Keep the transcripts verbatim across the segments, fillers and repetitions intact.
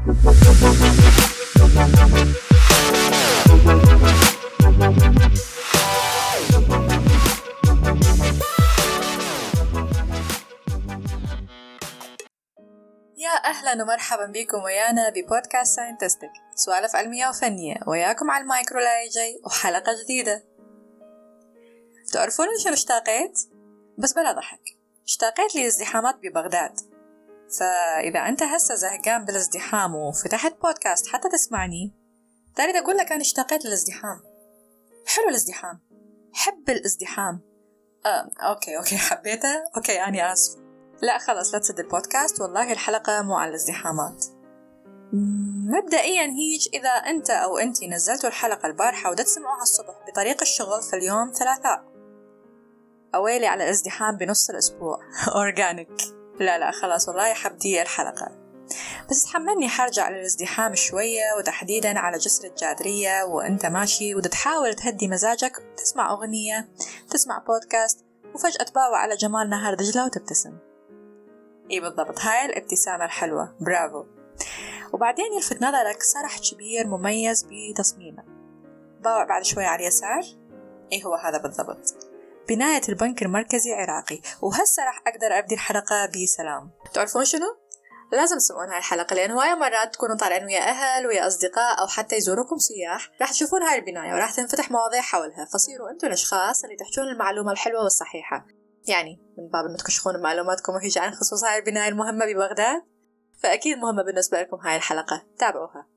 يا أهلا ومرحبا بكم ويانا ببودكاست ساينتستيك، سوالف علمية وفنية، وياكم على المايكرو لاي جاي وحلقة جديدة. تعرفون شنو اشتاقيت؟ بس بلا ضحك، اشتاقيت للازدحامات ببغداد. فإذا أنت هسه زهقان بالازدحام وفتحت بودكاست حتى تسمعني، تريد أقول لك أنا اشتاقيت للازدحام. حلو الازدحام، حب الازدحام. آه، أوكي أوكي حبيته، أوكي أنا آسف. لا خلاص لا تسد البودكاست، والله الحلقة مو عن الازدحامات. مبدئيا هيج إذا أنت أو أنتي نزلتوا الحلقة البارحة ودت تسمعوها الصبح بطريق الشغل في اليوم ثلاثاء، أويلي على الازدحام بنص الأسبوع أورجانيك. لا لا خلاص والله حبدي الحلقة، بس تحملني حرجع للازدحام شوية، وتحديدا على جسر الجادرية وأنت ماشي وتحاول تهدي مزاجك، تسمع أغنية، تسمع بودكاست، وفجأة تباوع على جمال نهر دجلة وتبتسم. إيه بالضبط، هاي الابتسامة الحلوة، برافو. وبعدين يلفت نظرك سرح كبير مميز بتصميمه، باوع بعد شوي على اليسار. إيه هو هذا بالضبط؟ بناية البنك المركزي العراقي. وهسه راح أقدر أبدي الحلقة بسلام. تعرفون شنو؟ لازم تسمعون هاي الحلقة، لأن هواية مرات تكونوا طالعين ويا أهل ويا أصدقاء أو حتى يزوروكم سياح، راح تشوفون هاي البناية وراح تنفتح مواضيع حولها، فصيروا أنتوا الأشخاص اللي تحجون المعلومة الحلوة والصحيحة، يعني من باب أن تكشخون معلوماتكم وهيج عن خصوص هاي البناية المهمة ببغداد. فأكيد مهمة بالنسبة لكم هاي الحلقة، تابعوها.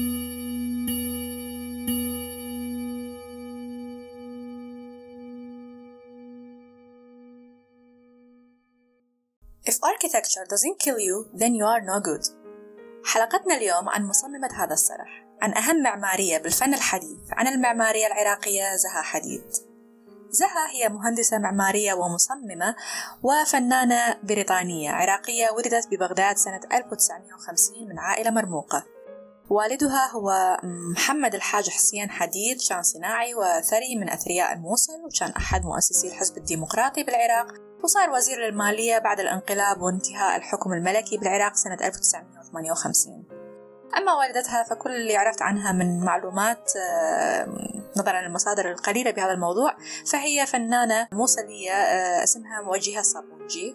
If architecture doesn't kill you, then you are no good. حلقتنا اليوم عن مصممة هذا الصرح، عن أهم معمارية بالفن الحديث، عن المعمارية العراقية زها حديد. زها هي مهندسة معمارية ومصممة وفنانة بريطانية عراقية، ولدت ببغداد سنة ألف وتسعمائة وخمسين من عائلة مرموقة. والدها هو محمد الحاج حسين حديد، كان صناعي وثري من أثرياء الموصل، وكان أحد مؤسسي الحزب الديمقراطي بالعراق، وصار وزير للمالية بعد الانقلاب وانتهاء الحكم الملكي بالعراق سنة ألف وتسعمائة وثمانية وخمسين. أما والدتها فكل اللي عرفت عنها من معلومات نظرا للمصادر القليلة بهذا الموضوع، فهي فنانة موصلية اسمها موجهة الصابونجي.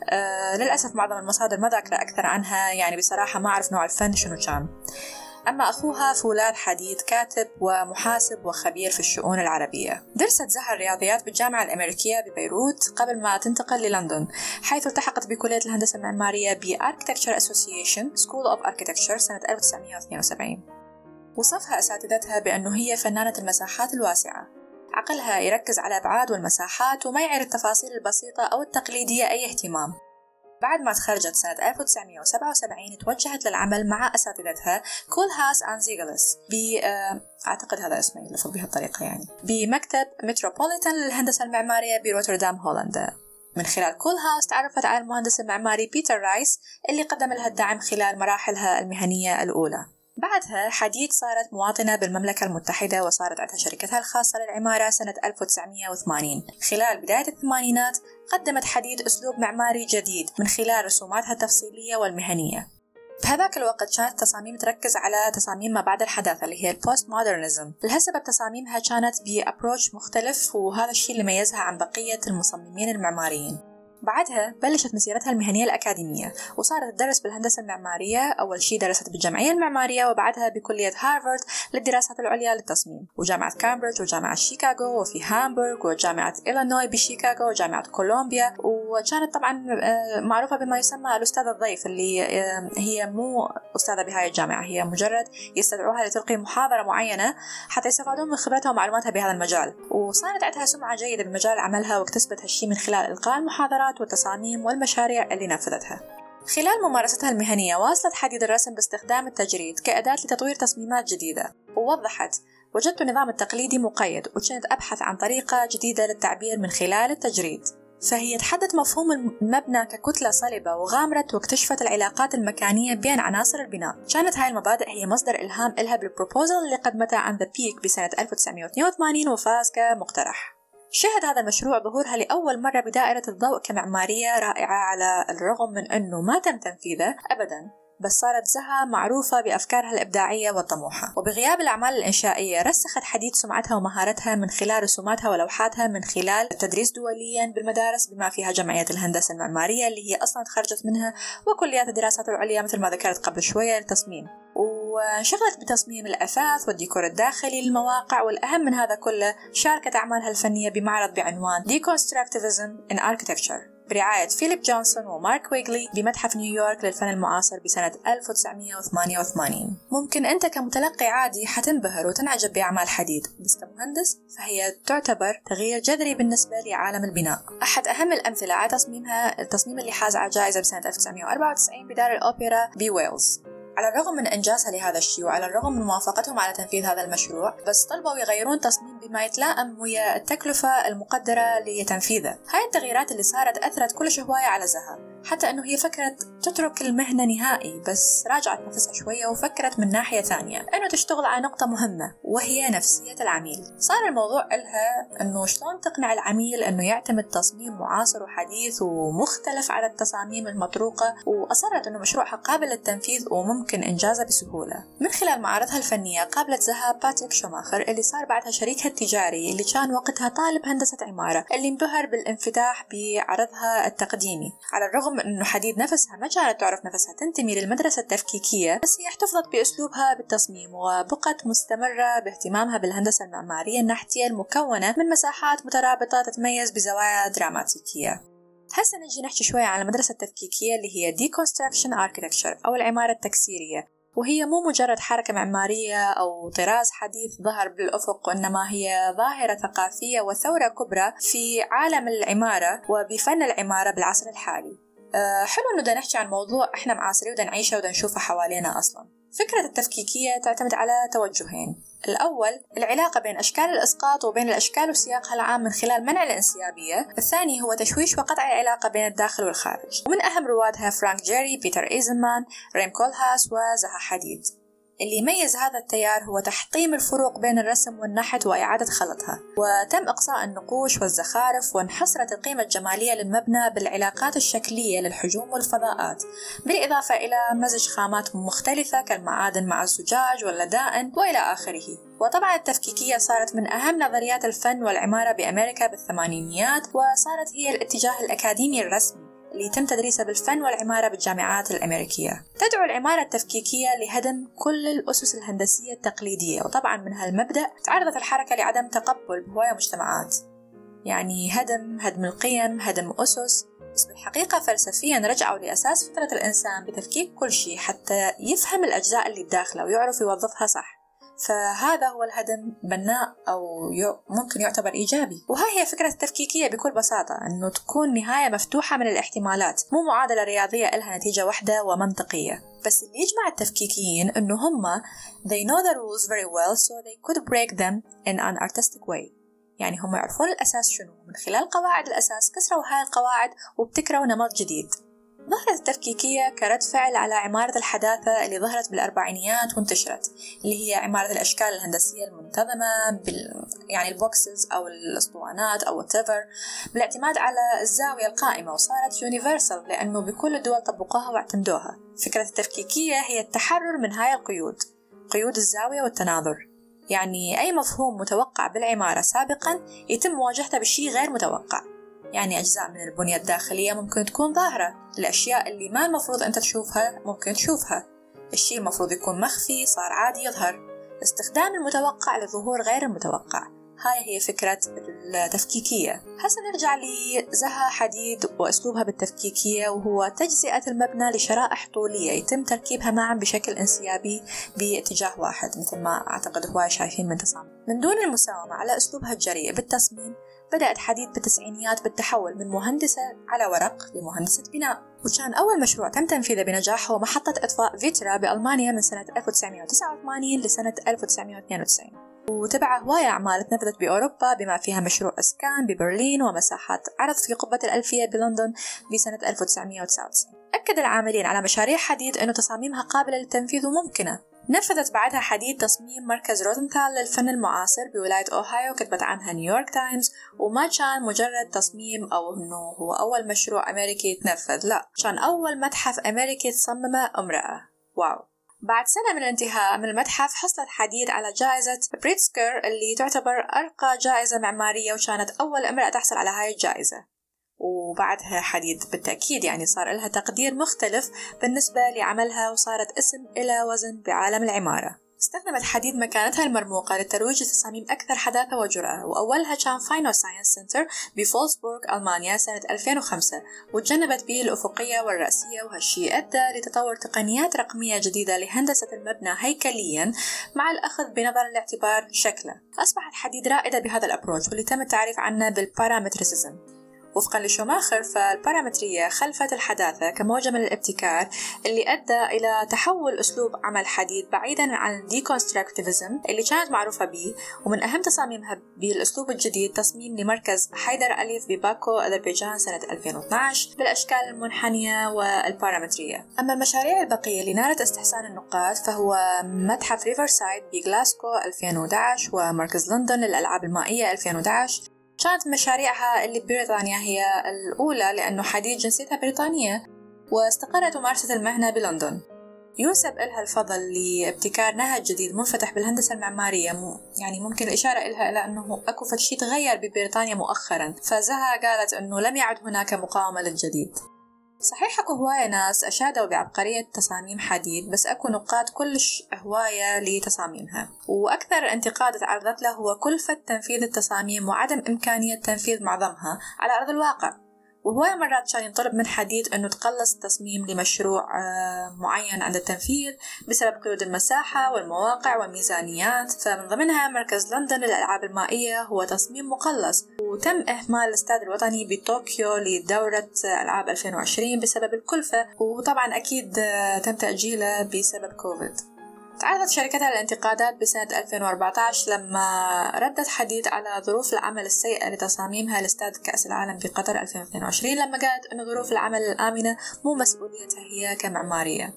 للأسف معظم المصادر ما ذاكرة أكثر عنها، يعني بصراحة ما أعرف نوع الفن شنو كان. أما أخوها فولاد حديد كاتب ومحاسب وخبير في الشؤون العربية. درست زها الرياضيات بالجامعة الأمريكية ببيروت قبل ما تنتقل للندن، حيث التحقت بكلية الهندسة المعمارية ب Architecture Association School of Architecture سنة ألف وتسعمائة واثنين وسبعين. وصفها أساتذتها بأنه هي فنانة المساحات الواسعة، عقلها يركز على الأبعاد والمساحات وما يعير التفاصيل البسيطة أو التقليدية أي اهتمام. بعد ما تخرجت سنة ألف وتسعمائة وسبعة وسبعين توجهت للعمل مع أساتذتها كولهاس أند زيغلس ب أعتقد هذا اسمه يلفظ بهالطريقة، يعني بمكتب متروبوليتان للهندسة المعمارية بروتردام هولندا. من خلال كولهاس تعرفت على المهندس المعماري بيتر رايس اللي قدم لها الدعم خلال مراحلها المهنية الأولى. بعدها حديد صارت مواطنة بالمملكة المتحدة، وصارت عندها شركتها الخاصة للعمارة سنة ألف وتسعمائة وثمانين. خلال بداية الثمانينات قدمت حديد أسلوب معماري جديد من خلال رسوماتها التفصيلية والمهنية. بهذاك الوقت كانت تصاميم تركز على تصاميم ما بعد الحداثة اللي هي البوست مودرنزم. لهالسبب تصاميمها كانت بأبروش مختلف، وهذا الشيء اللي ميزها عن بقية المصممين المعماريين. بعدها بلشت مسيرتها المهنية الأكاديمية، وصارت تدرس بالهندسة المعمارية. أول شيء درست بالجمعية المعمارية، وبعدها بكلية هارفارد للدراسات العليا للتصميم، وجامعة كامبريدج، وجامعة شيكاغو، وفي هامبورغ، وجامعة إلينوي بشيكاغو، وجامعة كولومبيا. وكانت طبعا معروفة بما يسمى الأستاذ الضيف، اللي هي مو أستاذة بهاي الجامعة، هي مجرد يستدعوها لتلقي محاضرة معينة حتى يستفادون من خبرتها ومعلوماتها بهذا المجال. وصارت عندها سمعة جيدة بمجال عملها، واكتسبت هالشيء من خلال إلقاء المحاضرات والتصاميم والمشاريع اللي نفذتها. خلال ممارستها المهنية واصلت حديد الرسم باستخدام التجريد كأداة لتطوير تصميمات جديدة. ووضحت: وجدت النظام التقليدي مقيد، وكنت أبحث عن طريقة جديدة للتعبير من خلال التجريد. فهي تحدث مفهوم المبنى ككتلة صلبة، وغامرت واكتشفت العلاقات المكانية بين عناصر البناء. كانت هاي المبادئ هي مصدر إلهام إلها بالبروبوزل اللي قدمتها عن ذا بيك بسنة ألف وتسعمائة واثنين وثمانين، وفاز كمقترح. شهد هذا المشروع ظهورها لأول مرة بدائرة الضوء كمعمارية رائعة، على الرغم من أنه ما تم تنفيذه أبدا بس صارت زها معروفة بأفكارها الإبداعية والطموحة. وبغياب الأعمال الإنشائية رسخت حديد سمعتها ومهارتها من خلال رسوماتها ولوحاتها، من خلال التدريس دوليا بالمدارس بما فيها جمعية الهندسة المعمارية اللي هي أصلا تخرجت منها، وكليات الدراسات العليا مثل ما ذكرت قبل شوية للتصميم. وانشغلت بتصميم الأثاث والديكور الداخلي للمواقع، والأهم من هذا كله شاركت أعمالها الفنية بمعرض بعنوان Deconstructivism in Architecture برعاية فيليب جونسون ومارك ويغلي بمتحف نيويورك للفن المعاصر بسنة ألف وتسعمائة وثمانية وثمانين. ممكن أنت كمتلقي عادي حتنبهر وتنعجب بأعمال حديد، بس كمهندس فهي تعتبر تغيير جذري بالنسبة لعالم البناء. أحد أهم الأمثلة على تصميمها التصميم اللي حاز على جائزة بسنة ألف وتسعمائة وأربعة وتسعين بدار الأوبرا بويلز. على الرغم من إنجازها لهذا الشيء وعلى الرغم من موافقتهم على تنفيذ هذا المشروع، بس طلبوا يغيرون تصميم بما يتلائم ويا التكلفة المقدرة لتنفيذه. هاي التغييرات اللي صارت أثرت كل هواية على زها، حتى أنه هي فكرت تترك المهنة نهائي، بس راجعت نفسها شوية وفكرت من ناحية ثانية أنه تشتغل على نقطة مهمة وهي نفسية العميل. صار الموضوع إلها أنه شلون تقنع العميل أنه يعتمد تصميم معاصر وحديث ومختلف على التصاميم المطروقة، وأصرت أنه مشروعها قابل للتنفيذ وممكن إنجازه بسهولة. من خلال معارضها الفنية قابلت زها باتريك شوماخر اللي صار بعدها شريكها التجاري، اللي كان وقتها طالب هندسة عمارة، اللي انبهر بالانفتاح بعرضها التقديمي. على الرغم من أنه حديد نفسها ما كانت تعرف نفسها تنتمي للمدرسة التفكيكية، بس هي احتفظت بأسلوبها بالتصميم وبقت مستمرة باهتمامها بالهندسة المعمارية النحتية المكونة من مساحات مترابطة تتميز بزوايا دراماتيكية. هسه نجي نحكي شوية عن المدرسة التفكيكية اللي هي Deconstruction Architecture أو العمارة التكسيرية. وهي مو مجرد حركة معمارية أو طراز حديث ظهر بالأفق، وإنما هي ظاهرة ثقافية وثورة كبرى في عالم العمارة وبفن العمارة بالعصر الحالي. أه حلو إنه دا نحكي عن موضوع إحنا معاصرين ودا نعيشه ودا نشوفه حوالينا أصلاً. فكرة التفكيكية تعتمد على توجهين. الأول العلاقة بين أشكال الإسقاط وبين الأشكال وسياقها العام من خلال منع الانسيابية. الثاني هو تشويش وقطع العلاقة بين الداخل والخارج. ومن أهم روادها فرانك جيري، بيتر إيزنمان، ريم كولهاس وزها حديد. اللي يميز هذا التيار هو تحطيم الفروق بين الرسم والنحت وإعادة خلطها، وتم إقصاء النقوش والزخارف، وانحصرت القيمة الجمالية للمبنى بالعلاقات الشكلية للحجوم والفضاءات، بالإضافة إلى مزج خامات مختلفة كالمعادن مع الزجاج واللدائن وإلى آخره. وطبعا التفكيكية صارت من أهم نظريات الفن والعمارة بأمريكا بالثمانينيات، وصارت هي الاتجاه الأكاديمي الرسمي اللي يتم تدريسه بالفن والعمارة بالجامعات الأمريكية. تدعو العمارة التفكيكية لهدم كل الأسس الهندسية التقليدية، وطبعا من هالمبدأ تعرضت الحركة لعدم تقبل بهواية مجتمعات، يعني هدم هدم القيم، هدم أسس. بس بالحقيقة فلسفيا رجعوا لأساس فطرة الإنسان بتفكيك كل شيء حتى يفهم الأجزاء اللي بداخله ويعرف يوظفها صح. فهذا هو الهدم بناء أو ممكن يعتبر إيجابي. وهي هي فكرة التفكيكية بكل بساطة، أنه تكون نهاية مفتوحة من الاحتمالات، مو معادلة رياضية إلها نتيجة واحدة ومنطقية. بس اللي يجمع التفكيكيين أنه هم they know the rules very well so they could break them in an artistic way. يعني هم يعرفون الأساس شنو، من خلال قواعد الأساس كسروا هاي القواعد وابتكروا نمط جديد. ظهرت التفكيكية كرد فعل على عمارة الحداثة اللي ظهرت بالأربعينيات وانتشرت، اللي هي عمارة الأشكال الهندسية المنتظمة بال... يعني البوكسز أو الأسطوانات أو whatever، بالاعتماد على الزاوية القائمة، وصارت يونيفرسال لأنه بكل الدول طبقوها واعتمدوها. فكرة التفكيكية هي التحرر من هاي القيود، قيود الزاوية والتناظر. يعني أي مفهوم متوقع بالعمارة سابقا يتم مواجهته بشيء غير متوقع. يعني أجزاء من البنية الداخلية ممكن تكون ظاهرة، الأشياء اللي ما المفروض أنت تشوفها ممكن تشوفها، الشيء المفروض يكون مخفي صار عادي يظهر، استخدام المتوقع لظهور غير المتوقع. هاي هي فكرة التفكيكية. هسه نرجع لزها حديد وأسلوبها بالتفكيكية، وهو تجزئة المبنى لشرائح طولية يتم تركيبها معا بشكل انسيابي باتجاه واحد، مثل ما أعتقد هواي شايفين من تصاميم. من دون المساومة على أسلوبها الجريء بالتصميم، بدأت حديد بالتسعينيات بالتحول من مهندسة على ورق لمهندسة بناء. وكان أول مشروع تم تنفيذه بنجاح هو محطة إطفاء فيترا بألمانيا من سنة ألف وتسعمائة وتسعة وثمانين لسنة ألف وتسعمائة واثنين وتسعين، وتبع هواية أعمال تنفذت بأوروبا بما فيها مشروع أسكان ببرلين ومساحات عرض في قبة الألفية بلندن بسنة ألف وتسعمائة وتسعة وتسعين. أكد العاملين على مشاريع حديد أنه تصاميمها قابلة للتنفيذ وممكنة. نفذت بعدها حديد تصميم مركز روزنثال للفن المعاصر بولاية أوهايو، كتبت عنها نيويورك تايمز، وما كان مجرد تصميم أو أنه هو أول مشروع أمريكي يتنفذ، لا، كان أول متحف أمريكي تصممه امرأة. واو. بعد سنة من الانتهاء من المتحف حصلت حديد على جائزة بريتسكر اللي تعتبر أرقى جائزة معمارية، وكانت أول امرأة تحصل على هاي الجائزة. وبعدها حديد بالتأكيد يعني صار لها تقدير مختلف بالنسبة لعملها، وصارت اسم إلى وزن بعالم العمارة. استخدمت حديد مكانتها المرموقة لترويج تصاميم أكثر حداثة وجرأة، وأولها كان فاينو ساينس سنتر بفولسبورغ ألمانيا سنة ألفين وخمسة، وتجنبت به الأفقية والرأسية، وهالشي أدى لتطور تقنيات رقمية جديدة لهندسة المبنى هيكليا مع الأخذ بنظر الاعتبار شكله. أصبحت حديد رائدة بهذا الأبروج واللي تم التعريف عنه بالبارامتريسيزم. وفقا لشوماخر فالبارامترية خلفت الحداثة كموجة من الابتكار اللي أدى إلى تحول أسلوب عمل حديد بعيدا عن الديكونستراكتيفيزم اللي كانت معروفة به. ومن أهم تصاميمها بالأسلوب الجديد تصميم لمركز حيدر أليف بباكو أذربيجان سنة ألفين واثناشر بالأشكال المنحنية والبارامترية. أما المشاريع البقية اللي نالت استحسان النقاد فهو متحف ريفرسايد بغلاسكو ألفين وأحد عشر ومركز لندن للألعاب المائية ألفين وأحد عشر. كانت مشاريعها اللي ببريطانيا هي الأولى لأنه حديد جنسيتها بريطانية، واستقرت ومارست المهنة بلندن. ينسب لها الفضل لابتكار نهج جديد منفتح بالهندسة المعمارية، يعني ممكن الإشارة إلها إلى أنه أكو فشي تغير ببريطانيا مؤخرا، فزها قالت أنه لم يعد هناك مقاومة للجديد. صحيح أكو هواية ناس أشادوا بعبقرية تصاميم حديد، بس أكو نقاد كلش هواية لتصاميمها، وأكثر انتقاد تعرضت له هو كلفة تنفيذ التصاميم وعدم إمكانية تنفيذ معظمها على أرض الواقع. وهواية مرات كان ينطلب من حديد أنه تقلص التصميم لمشروع معين عند التنفيذ بسبب قيود المساحة والمواقع والميزانيات، فمن ضمنها مركز لندن للألعاب المائية هو تصميم مقلص، وتم إهمال الاستاد الوطني بطوكيو لدورة ألعاب ألفين وعشرين بسبب الكلفة، وطبعا أكيد تم تأجيله بسبب كوفيد. تعرضت شركتها للانتقادات بسنة ألفين وأربعة عشر لما ردت حديد على ظروف العمل السيئة لتصاميمها لاستاد كأس العالم بقطر ألفين واثنين وعشرين، لما قالت أن ظروف العمل الآمنة مو مسؤوليتها هي كمعمارية.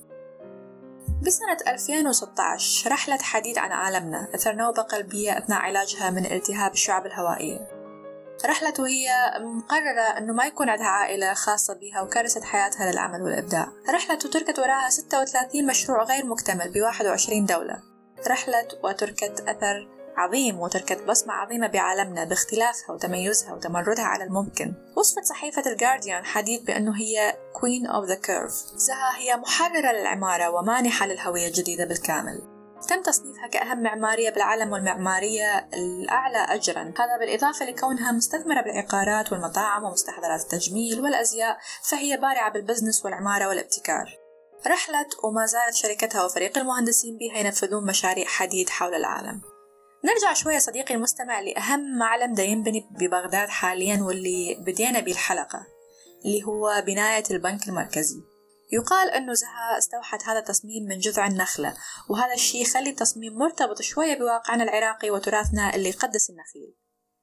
بسنة ألفين وستة عشر رحلت حديد عن عالمنا أثر نوبة قلبية أثناء علاجها من التهاب الشعب الهوائية. رحلته هي مقررة أنه ما يكون عندها عائلة خاصة بها، وكرست حياتها للعمل والإبداع. رحلته تركت وراها ستة وثلاثين مشروع غير مكتمل بواحد وعشرين دولة. رحلت وتركت أثر عظيم وتركت بصمة عظيمة بعالمنا باختلافها وتميزها وتمردها على الممكن. وصفت صحيفة الجارديان حديد بأنه هي Queen of the Curve. زها هي محررة للعمارة ومانحة للهوية الجديدة بالكامل. تم تصنيفها كأهم معمارية بالعالم والمعمارية الأعلى أجراً، هذا بالإضافة لكونها مستثمرة بالعقارات والمطاعم ومستحضرات التجميل والأزياء، فهي بارعة بالبزنس والعمارة والابتكار. رحلت وما زالت شركتها وفريق المهندسين بها ينفذون مشاريع حديد حول العالم. نرجع شوية صديقي المستمع لأهم معلم دا ينبني ببغداد حالياً واللي بدينا بالحلقة، اللي هو بناية البنك المركزي. يقال أنه زها استوحت هذا التصميم من جذع النخلة، وهذا الشيء يخلي التصميم مرتبط شوية بواقعنا العراقي وتراثنا اللي يقدس النخيل.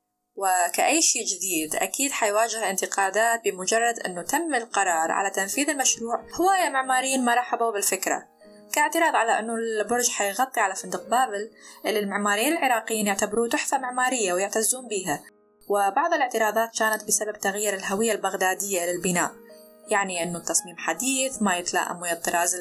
وكأي شيء جديد أكيد حيواجه انتقادات بمجرد أنه تم القرار على تنفيذ المشروع. هواية معماريين ما رحبوا بالفكرة كاعتراض على أنه البرج حيغطي على فندق بابل اللي المعماريين العراقيين يعتبروه تحفة معمارية ويعتزون بها. وبعض الاعتراضات كانت بسبب تغيير الهوية البغدادية للبناء، يعني أنه التصميم حديث ما يتلائم ويا الطراز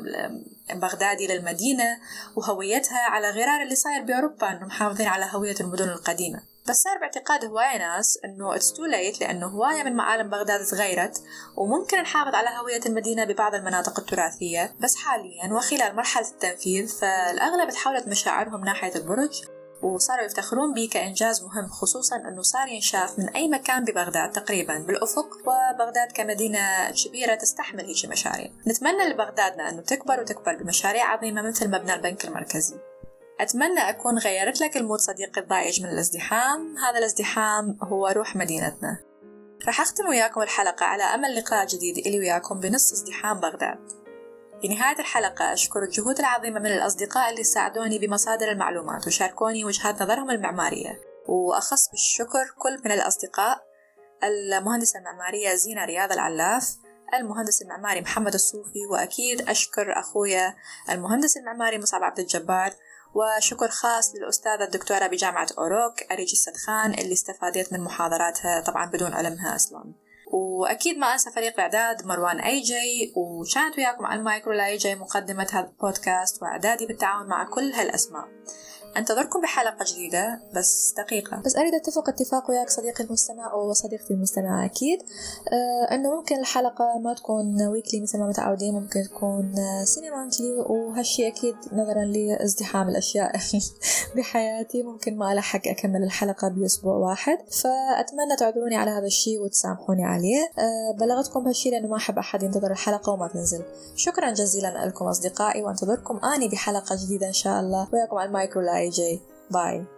البغدادي للمدينة وهويتها، على غرار اللي صاير بأوروبا أنه محافظين على هوية المدن القديمة. بس صار باعتقاد هواية ناس أنه it's too late، لأنه هواية من معالم بغداد تغيرت وممكن نحافظ على هوية المدينة ببعض المناطق التراثية. بس حاليا وخلال مرحلة التنفيذ فالأغلب تحولت مشاعرهم ناحية البرج وصاروا يفتخرون به كإنجاز مهم، خصوصاً أنه صار ينشاف من أي مكان ببغداد تقريباً بالأفق، وبغداد كمدينة كبيرة تستحمل هيك مشاريع. نتمنى لبغدادنا أنه تكبر وتكبر بمشاريع عظيمة مثل مبنى البنك المركزي. أتمنى أكون غيرت لك المود صديقي الضايج من الازدحام، هذا الازدحام هو روح مدينتنا. رح أختم وياكم الحلقة على أمل لقاء جديد إلي وياكم بنص ازدحام بغداد. في نهاية الحلقة أشكر الجهود العظيمة من الأصدقاء اللي ساعدوني بمصادر المعلومات وشاركوني وجهات نظرهم المعمارية، وأخص بالشكر كل من الأصدقاء: المهندسة المعمارية زينة رياض العلاف، المهندس المعماري محمد الصوفي، وأكيد أشكر أخويا المهندس المعماري مصعب عبد الجبار، وشكر خاص للأستاذة الدكتورة بجامعة أوروك أريج السدخان اللي استفادت من محاضراتها طبعا بدون علمها أصلا. وأكيد ما أنسى فريق الإعداد مروان أي جي، وكانت وياكم على المايكرو لاي جي مقدمة هذا البودكاست وإعدادي بالتعاون مع كل هالأسماء. أنتظركم بحلقة جديدة. بس دقيقة، بس أريد أتفق اتفاق وياك صديقي المستمع أو صديقتي المستمعة أكيد آه أنه ممكن الحلقة ما تكون ويكلي مثل ما متعودين، ممكن تكون سينما مانثلي، وهالشي أكيد نظرا لازدحام الأشياء بحياتي ممكن ما ألحق أكمل الحلقة بأسبوع واحد، فأتمنى تعذروني على هذا الشيء وتسامحوني عليه. آه بلغتكم بهالشي لأنه ما أحب أحد ينتظر الحلقة وما تنزل. شكرا جزيلا لكم أصدقائي، وانتظركم آني بحلقة جديدة إن شاء الله وياكم على المايكرو لاي جي. باي.